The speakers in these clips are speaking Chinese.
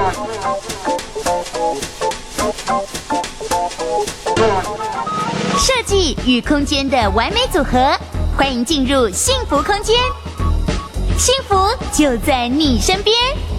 设计与空间的完美组合，欢迎进入幸福空间，幸福就在你身边。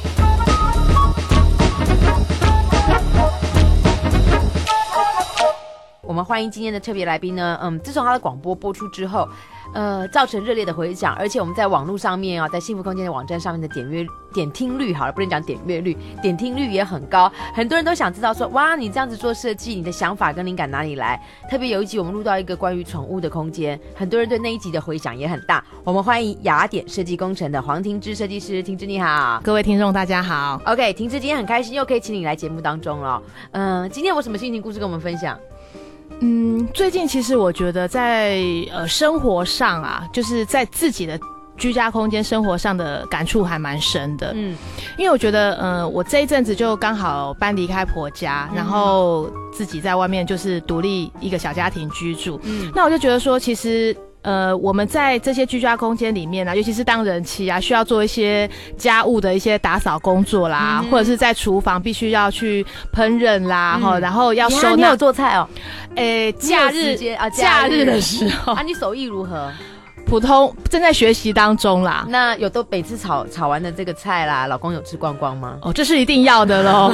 我们欢迎今天的特别来宾呢，自从他的广播播出之后，造成热烈的回响，而且我们在网络上面啊，在幸福空间的网站上面的点听率，好了，不能讲点阅率，点听率也很高，很多人都想知道说，哇，你这样子做设计，你的想法跟灵感哪里来？特别有一集我们录到一个关于宠物的空间，很多人对那一集的回响也很大。我们欢迎雅典设计工程的黄庭芝设计师，庭芝你好。 各位听众大家好。 OK， 庭芝今天很开心又可以请你来节目当中了。今天有什么心情故事跟我们分享？ 最近其实我觉得在生活上啊，就是在自己的居家空间生活上的感触还蛮深的。因为我觉得我这一阵子就刚好搬离开婆家，然后自己在外面就是独立一个小家庭居住。那我就觉得说，其实我们在这些居家空间里面啊，尤其是当人妻啊，需要做一些家务的一些打扫工作啦，或者是在厨房必须要去烹饪啦，然后要收纳。 你有做菜哦？ 假日的时候啊，你手艺如何？ 普通，正在学习当中啦。 那有都每次炒完的这个菜啦，老公有吃光光吗？ 哦，这是一定要的咯。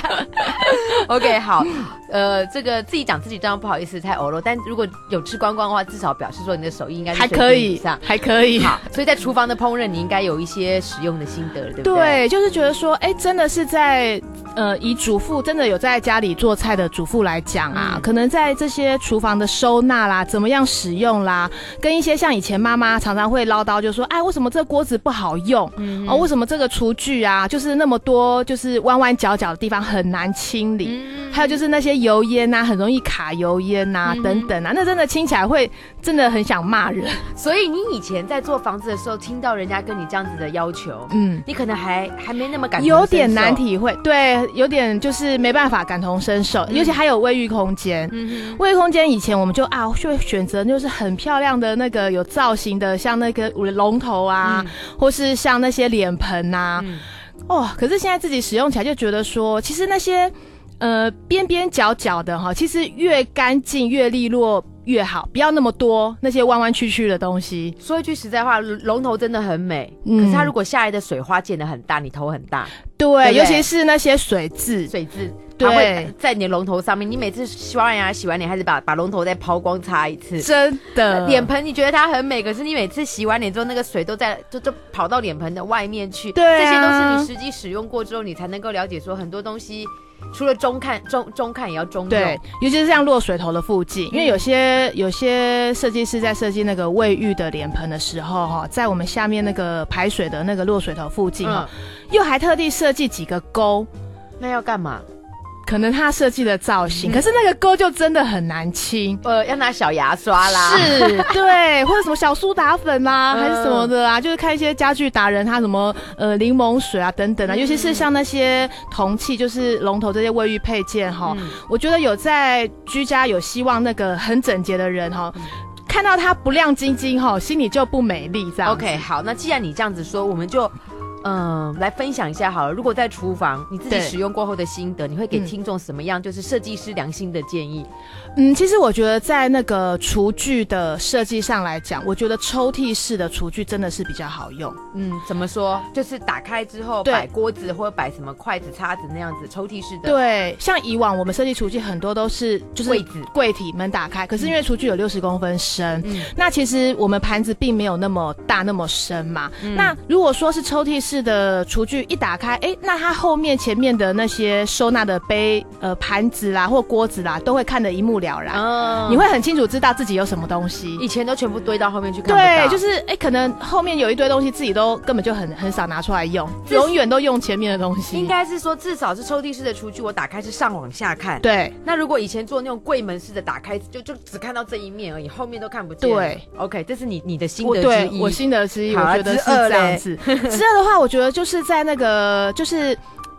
OK， 好，这个自己讲自己这样不好意思太偶漏，但如果有吃光光的话，至少表示说你的手艺应该是还可以，还可以。 好，所以在厨房的烹饪，你应该有一些使用的心得，对不对？ 对，就是觉得说，真的是在以主妇真的有在家里做菜的主妇来讲啊，可能在这些厨房的收纳啦，怎么样使用啦，跟一些像以前妈妈常常会唠叨，就说，为什么这锅子不好用？为什么这个厨具啊，就是那么多，就是弯弯角角的地方很难清理？还有就是那些油烟啊，很容易卡油烟啊，等等啊，那真的清起来会真的很想骂人。 所以你以前在做房子的时候，听到人家跟你这样子的要求，你可能还没那么感同身受， 有点难体会，对，有点就是没办法感同身受。尤其还有卫浴空间，卫浴空间以前我们就会选择就是很漂亮的那个有造型的，像那个龙头啊，或是像那些脸盆啊，可是现在自己使用起来就觉得说，其实那些边边角角的哈，其实越干净越利落越好，不要那么多那些弯弯曲曲的东西。 说一句实在话，龙头真的很美，可是它如果下来的水花溅得很大，你头很大。 对，尤其是那些水渍， 它会在你的龙头上面。你每次刷完牙、洗完脸，还是把龙头再抛光擦一次。 真的， 脸盆你觉得它很美，可是你每次洗完脸之后，那个水都就跑到脸盆的外面去。 对啊， 这些都是你实际使用过之后，你才能够了解说很多东西。除了中看也要中用， 对，尤其是像落水头的附近，因为有些设计师在设计那个卫浴的脸盆的时候，在我们下面那个排水的那个落水头附近，又还特地设计几个沟， 那要干嘛？ 可能他设计的造型，可是那个沟就真的很难清， 要拿小牙刷啦， 是，对，或者什么小苏打粉啦，还是什么的啊，就是看一些家具达人，他什么柠檬水啊等等啊，尤其是像那些铜器，就是龙头这些卫浴配件哈，我觉得有在居家有希望那个很整洁的人哈。看到它不亮晶晶哈，心里就不美丽这样。 OK， 好，那既然你这样子说，我们就来分享一下好了。如果在厨房你自己使用过后的心得，你会给听众什么样就是设计师良心的建议？ 其实我觉得在那个厨具的设计上来讲，我觉得抽屉式的厨具真的是比较好用。 怎么说？就是打开之后摆锅子或者摆什么筷子、叉子那样子，抽屉式的。 对，像以往我们设计厨具很多都是就是柜体门打开，可是因为厨具有60公分深，那其实我们盘子并没有那么大那么深嘛。那如果说是抽屉式的厨具一打开，那它后面前面的那些收纳的盘子啦或锅子啦，都会看得一目了然。你会很清楚知道自己有什么东西。 以前都全部堆到后面去看不到。 对，就是可能后面有一堆东西自己都根本就很少拿出来用，永远都用前面的东西。 应该是说至少是抽屉式的厨具，我打开是上往下看。 对。 那如果以前做那种柜门式的打开，就只看到这一面而已，后面都看不见。 对。 OK， 这是你的心得之一。 对，我心得之一，我觉得是这样子。之二的话，我觉得就是在那个就是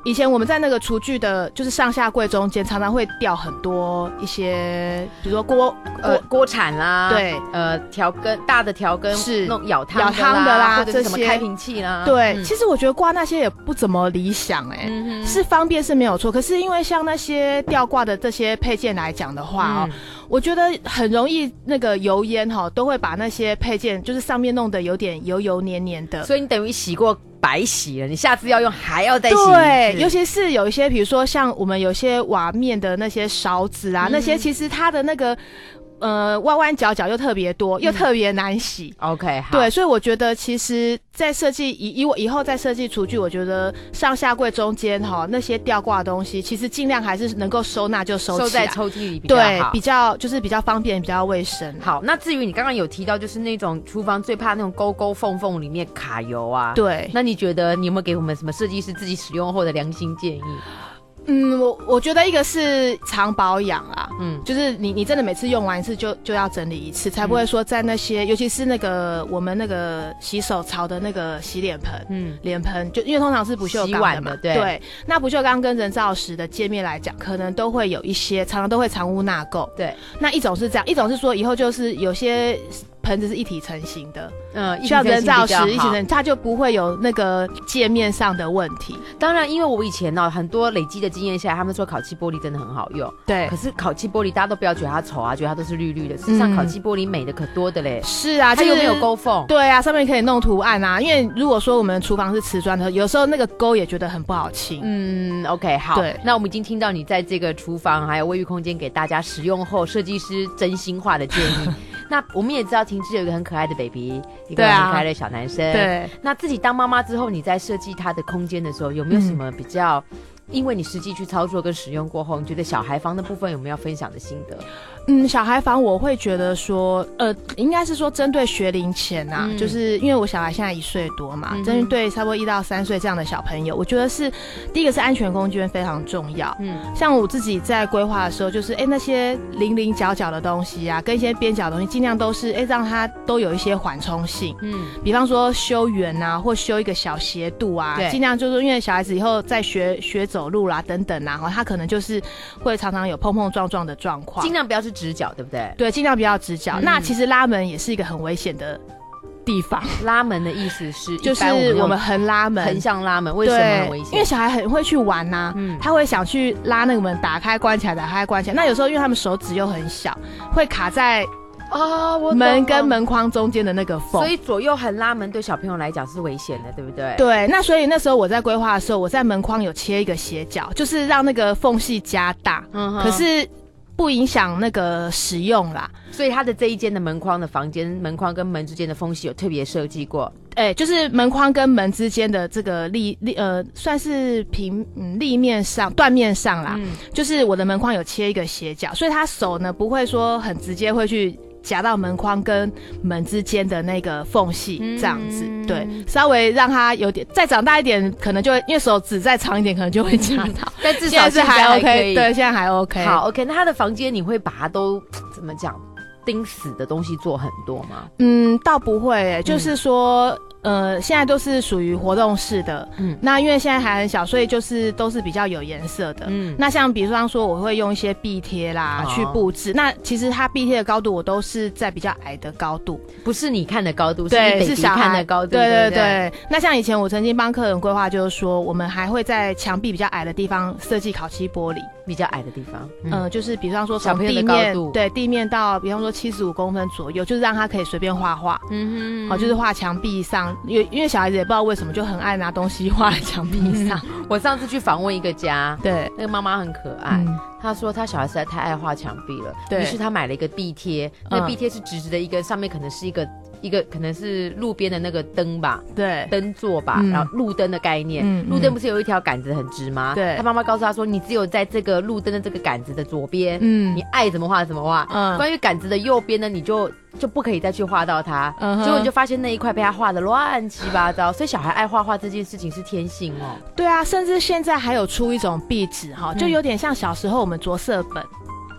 以前我们在那个厨具的，就是上下柜中间，常常会掉很多一些，比如说锅铲啦， 对， 调羹大的调羹是那种舀汤的啦， 或者是什么开瓶器啦。 对，其实我觉得挂那些也不怎么理想是方便是没有错，可是因为像那些吊挂的这些配件来讲的话我觉得很容易那个油烟都会把那些配件就是上面弄得有点油油黏黏的， 所以你等于洗过白洗了，你下次要用还要再洗一次。 对，尤其是有一些比如说像我们有些瓦面的那些勺子啊，那些其实它的那个弯弯角角又特别多，又特别难洗。 OK， 好。 对，所以我觉得其实在设计以我以后在设计厨具，我觉得上下柜中间那些吊挂的东西，其实尽量还是能够收纳就收起来， 收在抽屉里比较好。 对，比较就是比较方便，比较卫生。 好，那至于你刚刚有提到，就是那种厨房最怕那种沟沟缝缝里面卡油啊。 对。 那你觉得你有没有给我们什么设计师自己使用后的良心建议？ 我觉得一个是常保养啦，就是你真的每次用完一次就要整理一次，才不会说在那些，尤其是那个我们那个洗手槽的那个洗脸盆，脸盆就因为通常是不锈钢的嘛，对，那不锈钢跟人造石的界面来讲，可能都会有一些常常都会藏污纳垢， 对， 那一种是这样，一种是说以后就是有些盆子是一体成型的， 需要人造石一体成型，它就不会有那个界面上的问题。 当然，因为我以前很多累积的经验下来，他们说烤漆玻璃真的很好用， 对。 可是烤漆玻璃大家都不要觉得它丑啊，觉得它都是绿绿的，事实上烤漆玻璃美的可多的嘞。 是啊， 它又没有沟缝， 对啊，上面可以弄图案啊。因为如果说我们厨房是瓷砖的，有时候那个沟也觉得很不好清。 OK， 好。 对， 那我们已经听到你在这个厨房还有卫浴空间给大家使用后，设计师真心话的建议。那我们也知道婷芝有一个很可爱的 baby， 一个很可爱的小男生。 对。 那自己当妈妈之后，你在设计他的空间的时候，有没有什么比较？因为你实际去操作跟使用过后，你觉得小孩房的部分有没有要分享的心得？ 小孩房我会觉得说，应该是说针对学龄前啊，就是因为我小孩现在1岁多嘛，针对差不多1到3岁这样的小朋友，我觉得是第一个是安全空间非常重要。像我自己在规划的时候，就是那些零零角角的东西啊，跟一些边角的东西，尽量都是让它都有一些缓冲性。比方说修圆啊，或修一个小斜度啊，尽量就是因为小孩子以后在学走路啦等等啊，他可能就是会常常有碰碰撞撞的状况， 尽量不要是直角，对不对？ 对，尽量不要直角。那其实拉门也是一个很危险的地方。 拉门的意思是， 就是我们横拉门， 横向拉门，为什么很危险？ 因为小孩很会去玩呐，他会想去拉那个门，打开关起来，打开关起来。那有时候因为他们手指又很小，会卡在门跟门框中间的那个缝， 所以左右横拉门对小朋友来讲是危险的，对不对？ 对，那所以那时候我在规划的时候，我在门框有切一个斜角，就是让那个缝隙加大，可是不影响那个使用啦。 所以它的这一间的门框的房间，门框跟门之间的缝隙有特别设计过。 就是门框跟门之间的这个算是立面上断面上啦，就是我的门框有切一个斜角，所以他手呢不会说很直接会去夹到门框跟门之间的那个缝隙，这样子，对，稍微让它有点再长大一点，可能就会因为手指再长一点，可能就会夹到。 但至少现在还 OK， 可以， 对，现在还 OK。 好 ，OK， 那他的房间你会把它都怎么讲？钉死的东西做很多吗？ 倒不会就是说。现在都是属于活动式的，那因为现在还很小，所以就是都是比较有颜色的，那像比方说我会用一些壁贴啦去布置，那其实它壁贴的高度我都是在比较矮的高度， 不是你看的高度， 对， 是小孩看的高度， 对。那像以前我曾经帮客人规划，就是说我们还会在墙壁比较矮的地方设计烤漆玻璃， 比较矮的地方， 就是比方说从地面， 对，地面到比方说75公分左右，就是让他可以随便画画，就是画墙壁上。因为小孩子也不知道为什么就很爱拿东西画在墙壁上。 我上次去访问一个家， 对， 那个妈妈很可爱，她说她小孩实在太爱画墙壁了，于是她买了一个壁贴，那壁贴是直直的一个，上面可能是一个可能是路边的那个灯吧， 对， 灯座吧，然后路灯的概念，路灯不是有一条杆子很直吗？ 对， 他妈妈告诉他说，你只有在这个路灯的这个杆子的左边，你爱怎么画怎么画，关于杆子的右边呢，你就不可以再去画到它，结果你就发现那一块被他画的乱七八糟，所以小孩爱画画这件事情是天性哦。 对啊，甚至现在还有出一种壁纸哈，就有点像小时候我们着色本。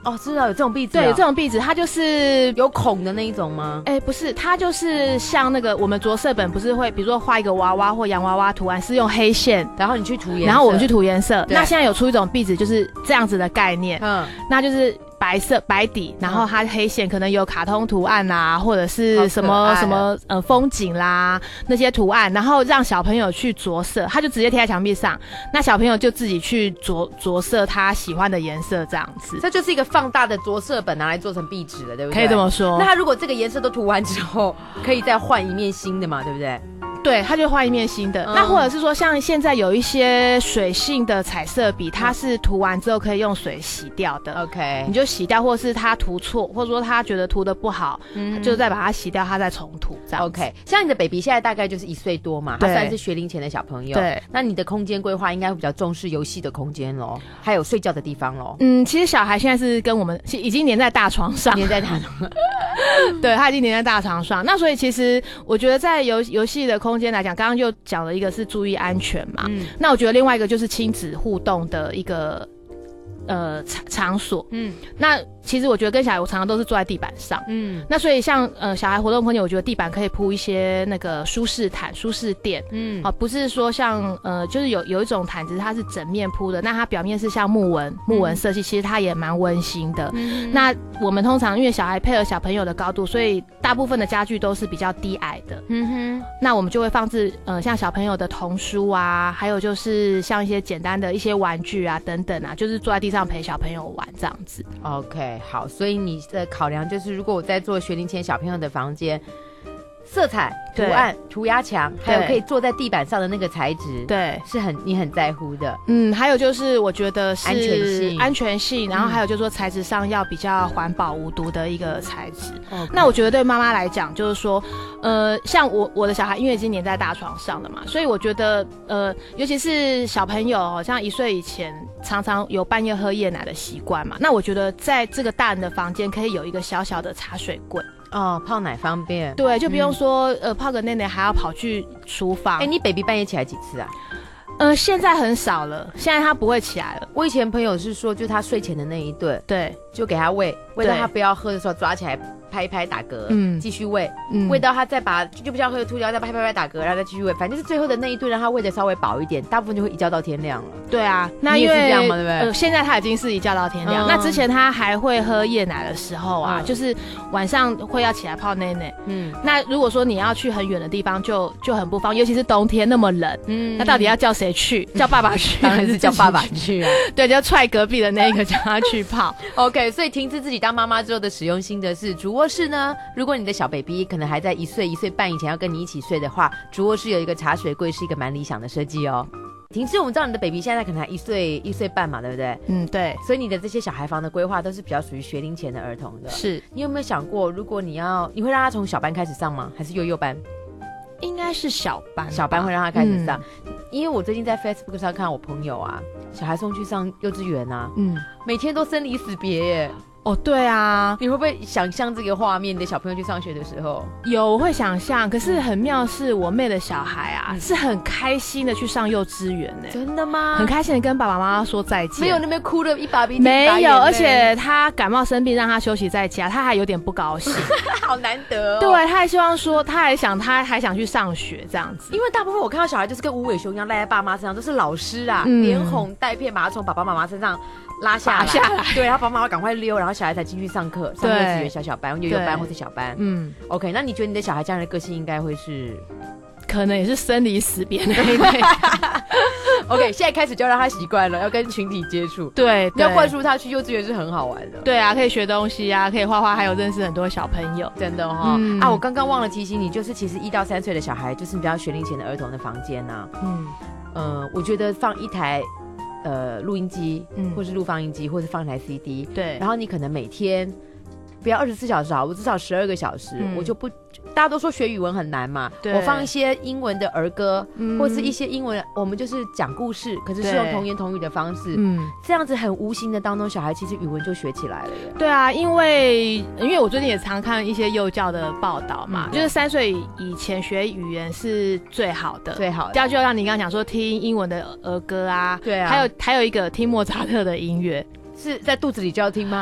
哦，知道有这种壁纸、 对，有这种壁纸，它就是有孔的那一种吗？ 不是，它就是像那个我们着色本不是会，比如说画一个娃娃或洋娃娃图案，是用黑线， 然后你去涂颜色， 然后我们去涂颜色。那现在有出一种壁纸，就是这样子的概念，那就是白色白底，然后它黑线可能有卡通图案啦，或者是什么什么风景啦那些图案，然后让小朋友去着色，他就直接贴在墙壁上，那小朋友就自己去着色他喜欢的颜色，这样子。 这就是一个放大的着色本，拿来做成壁纸的，对不对？ 可以这么说。 那他如果这个颜色都涂完之后，可以再换一面新的嘛，对不对？ 对，他就换一面新的。那或者是说，像现在有一些水性的彩色笔，它是涂完之后可以用水洗掉的。 OK， 你就洗掉，或者是他涂错，或者说他觉得涂的不好，就再把它洗掉，他再重涂这样。 OK， 像你的 baby 现在大概就是1岁多嘛，他算是学龄前的小朋友。 对， 那你的空间规划应该会比较重视游戏的空间咯，还有睡觉的地方咯。 其实小孩现在是跟我们已经黏在大床上， 黏在大床， 对，他已经黏在大床上。那所以其实我觉得在游戏的空间来讲，刚刚就讲了一个是注意安全嘛，那我觉得另外一个就是亲子互动的一个场所。那其实我觉得跟小孩我常常都是坐在地板上，那所以像小孩活动空间，我觉得地板可以铺一些那个舒适毯、舒适垫，不是说像就是有一种毯子它是整面铺的，那它表面是像木纹色系，其实它也蛮温馨的。那我们通常因为小孩配合小朋友的高度，所以大部分的家具都是比较低矮的。那我们就会放置像小朋友的童书啊，还有就是像一些简单的一些玩具啊等等啊，就是坐在地上陪小朋友玩这样子。 OK， 好，所以你的考量就是，如果我在做学龄前小朋友的房间，色彩、图案、涂鸦墙，还有可以坐在地板上的那个材质， 对， 是你很在乎的。 还有就是我觉得是安全性， 然后还有就是说材质上要比较环保无毒的一个材质。那我觉得对妈妈来讲，就是说，像我的小孩因为已经黏在大床上了嘛，所以我觉得尤其是小朋友，好像1岁以前常常有半夜喝夜奶的习惯嘛，那我觉得在这个大人的房间可以有一个小小的茶水柜。 泡奶方便， 对，就不用说泡个奶奶还要跑去厨房。 你 baby 半夜起来几次啊？ 现在很少了，现在他不会起来了。 我以前朋友是说，就他睡前的那一顿， 对， 就给他喂到他不要喝的时候抓起来拍一拍打嗝，继续喂，喂到他再把就不要喝的吐掉，再拍打嗝，然后再继续喂，反正就是最后的那一顿让他喂的稍微饱一点，大部分就会一觉到天亮了。 对啊，那因为你也是这样吗？对不对？ 现在他已经是一觉到天亮，那之前他还会喝夜奶的时候啊，就是晚上会要起来泡奶奶。那如果说你要去很远的地方就很不方便，尤其是冬天那么冷，那到底要叫谁去？叫爸爸去还是叫爸爸去啊？ 对，就踹隔壁的那个叫他去泡。 OK， 所以婷芝自己当妈妈之后的使用心得是，主卧室呢，如果你的小 baby 可能还在1岁1岁半以前要跟你一起睡的话，主卧室有一个茶水柜是一个蛮理想的设计哦。婷芝，我们知道你的 baby 现在可能还1岁半嘛，对不对？ 对。 所以你的这些小孩房的规划都是比较属于学龄前的儿童的。 是。 你有没有想过，如果你会让他从小班开始上吗？还是幼幼班？ 应该是小班会让他开始上。因为我最近在 Facebook 上看我朋友啊，小孩送去上幼稚园啊，每天都生离死别耶。 对啊， 你会不会想象这个画面？你的小朋友去上学的时候， 我会想象。可是很妙是我妹的小孩啊，是很开心的去上幼稚园呢。 真的吗？ 很开心的跟爸爸妈妈说再见， 没有那边哭的一把鼻涕没有，而且他感冒生病让他休息在家，他还有点不高兴， 好难得哦。 对，他还希望说他还想去上学这样子。 因为大部分我看到小孩就是跟无尾熊一样赖在爸妈身上，都是老师啊，连哄带骗把他从爸爸妈妈身上拉下来，对，然后爸爸妈妈赶快溜，然后小孩才进去上课，上幼稚园小班、幼幼班或是小班。OK， 那你觉得你的小孩这样的个性应该会是？ 可能也是生离死别那一类。 OK， 现在开始就要让他习惯了，要跟群体接触。 对， 你要灌输他去幼稚园是很好玩的。 对啊，可以学东西啊，可以画画，还有认识很多小朋友。 真的哈、我刚刚忘了提醒你，就是其实1到3岁的小孩，就是比较学龄前的儿童的房间啊。我觉得放一台录音机，或是录放映机，或是放一台 CD。对，然后你可能每天不要24小时啊，我至少12个小时，我就不。大家都说学语文很难嘛，我放一些英文的儿歌，或是一些英文，我们就是讲故事，可是是用童言童语的方式，这样子很无形的当中，小孩其实语文就学起来了耶。 对啊，因为我最近也常看一些幼教的报道嘛，就是3岁以前学语言是最好的，就像你刚刚讲说听英文的儿歌啊，对啊，还有一个听莫扎特的音乐， 是在肚子里就要听吗？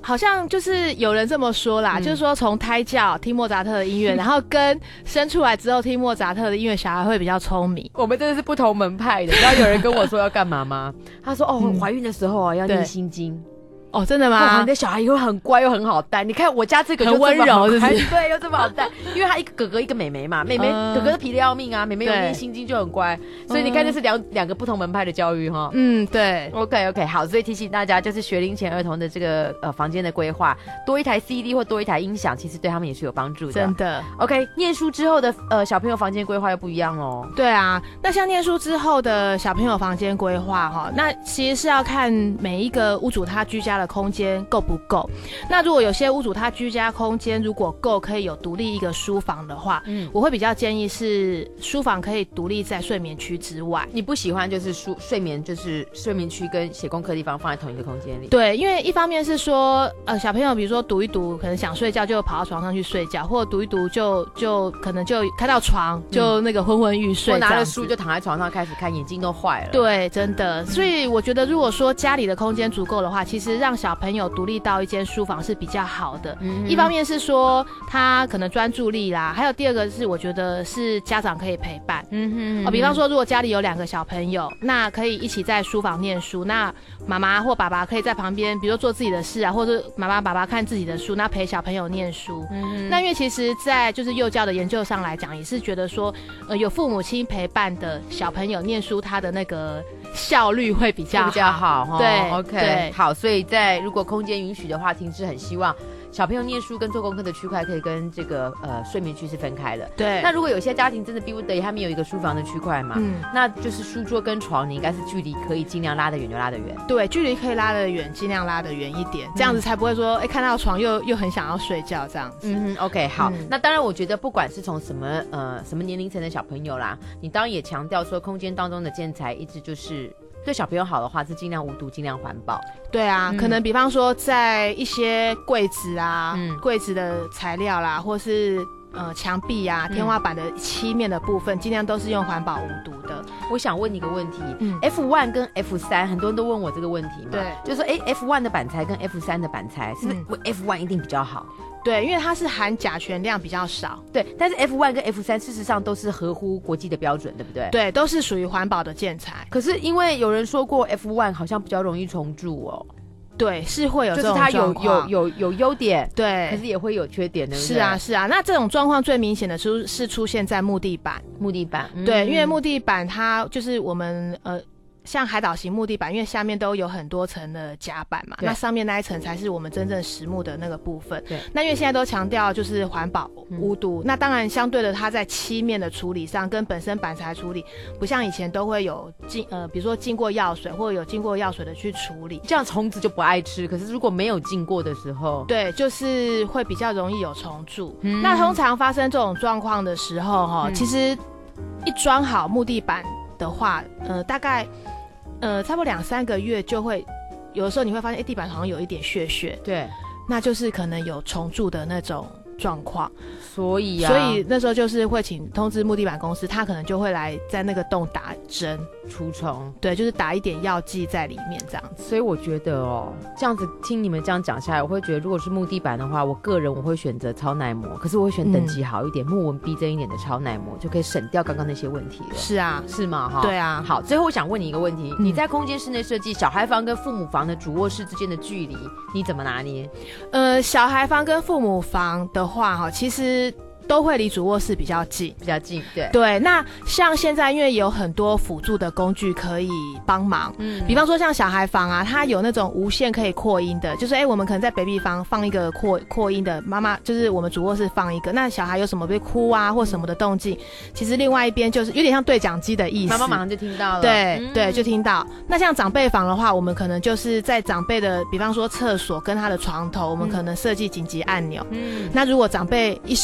好像就是有人这么说啦，就是说从胎教听莫扎特的音乐，然后跟生出来之后听莫扎特的音乐，小孩会比较聪明。 我们真的是不同门派的。你知道有人跟我说要干嘛吗？他说怀孕的时候啊要念心经。 哦，真的吗？ 你的小孩又很乖又很好带，你看我家这个就很温柔，是不是？ 对，又这么好带，因为他一个哥哥一个妹妹嘛，妹妹哥哥皮的要命啊，妹妹有念心经就很乖，所以你看这是两个不同门派的教育哈。 对。 OK， 好，所以提醒大家，就是学龄前儿童的这个房间的规划，多一台 CD 或多一台音响，其实对他们也是有帮助的。 真的。 OK， 念书之后的小朋友房间规划又不一样哦。 对啊，那像念书之后的小朋友房间规划哈，那其实是要看每一个屋主他居家的空间够不够。那如果有些屋主他居家空间如果够，可以有独立一个书房的话，我会比较建议是书房可以独立在睡眠区之外。 你不喜欢就是睡眠区跟写功课的地方放在同一个空间里？ 对，因为一方面是说小朋友比如说读一读可能想睡觉就跑到床上去睡觉，或者读一读就可能就看到床就那个昏昏欲睡， 或拿了书就躺在床上开始看，眼睛都坏了。 对，真的。所以我觉得如果说家里的空间足够的话，其实让小朋友独立到一间书房是比较好的。一方面是说他可能专注力啦，还有第二个是我觉得是家长可以陪伴。比方说如果家里有2个小朋友，那可以一起在书房念书，那妈妈或爸爸可以在旁边比如说做自己的事啊，或者妈妈爸爸看自己的书，那陪小朋友念书。那因为其实在就是幼教的研究上来讲，也是觉得说有父母亲陪伴的小朋友念书，他的那个效率会比较好。 对 ，OK， 好，所以在如果空间允许的话，婷是很希望小朋友念书跟做功课的区块可以跟这个睡眠区是分开的。 对。 那如果有些家庭真的逼不得已，他们有一个书房的区块嘛，那就是书桌跟床，你应该是距离可以尽量拉得远就拉得远。 对，距离可以拉得远，尽量拉得远一点，这样子才不会说看到床又很想要睡觉这样子。 OK， 好。那当然，我觉得不管是从什么年龄层的小朋友啦，你当然也强调说空间当中的建材一直就是对小朋友好的话是尽量无毒尽量环保。 对啊，可能比方说在一些柜子啊柜子的材料啦，或是墙壁啊天花板的漆面的部分尽量都是用环保无毒的。 我想问你一个问题，F1 跟 F3 很多人都问我这个问题嘛， 对， 就是说F1 的板材跟 F3 的板材是不是F1 一定比较好？ 对，因为它是含甲醛量比较少。 对，但是 F1 跟 F3事实上都是合乎国际的标准，对不对？ 对，都是属于环保的建材。 可是因为有人说过 F1 好像比较容易重蛀哦。 对，是会有这种状况， 就是它有优点， 对， 可是也会有缺点的。 是啊，是啊。那这种状况最明显的是出现在木地板。对，因为木地板它就是我们像海岛型木地板，因为下面都有很多层的甲板嘛，那上面那一层才是我们真正实木的那个部分。 对， 那因为现在都强调就是环保无毒，那当然相对的它在漆面的处理上跟本身板材处理不像以前都会有比如说浸过药水或者有经过药水的去处理， 这样虫子就不爱吃。可是如果没有浸过的时候， 对，就是会比较容易有虫蛀。那通常发生这种状况的时候其实一装好木地板的话大概差不多2-3个月就会，有的时候你会发现地板好像有一点屑， 对， 那就是可能有虫蛀的那种状况。 所以那时候就是会通知木地板公司，他可能就会来在那个洞打针除虫。 对，就是打一点药剂在里面这样子。 所以我觉得这样子听你们这样讲下来，我会觉得如果是木地板的话，我个人我会选择超耐磨，可是我会选等级好一点、木纹逼真一点的超耐磨，就可以省掉刚刚那些问题了。 是啊， 是吗？ 对啊。 好，最后我想问你一个问题，你在空间室内设计小孩房跟父母房的主卧室之间的距离，你怎么拿捏？ 小孩房跟父母房的话其实都会离主卧室比较近，对。那像现在因为有很多辅助的工具可以帮忙，比方说像小孩房啊，它有那种无线可以扩音的，就是我们可能在 baby 房放一个扩音的，妈妈就是我们主卧室放一个，那小孩有什么被哭啊或什么的动静，其实另外一边就是有点像对讲机的意思， 妈妈马上就听到了。 对，就听到。那像长辈房的话，我们可能就是在长辈的比方说厕所跟他的床头，我们可能设计紧急按钮，那如果长辈一时有什么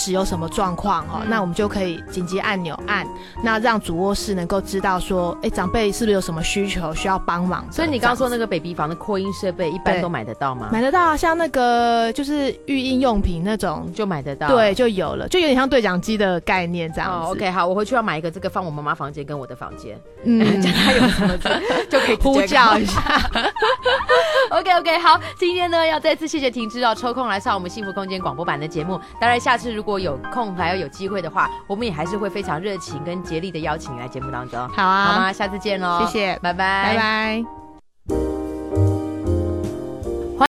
么状况那我们就可以紧急按钮按，那让主卧室能够知道说，长辈是不是有什么需求需要帮忙的。 所以你刚刚说那个 baby 房的扩音设备一般都买得到吗？ 买得到啊，像那个就是育婴用品那种就买得到， 对，就有了，就有点像对讲机的概念这样子。 OK， 好，我回去要买一个这个放我妈妈房间跟我的房间，讲他有什么就可以呼叫一下。 OK， 好，今天呢要再次谢谢婷芝抽空来上我们幸福空间广播版的节目。当然，下次如果有空还要有机会的话，我们也还是会非常热情跟竭力的邀请你来节目当中。 好啊， 好吗？下次见喽， 谢谢， 拜拜， 拜拜。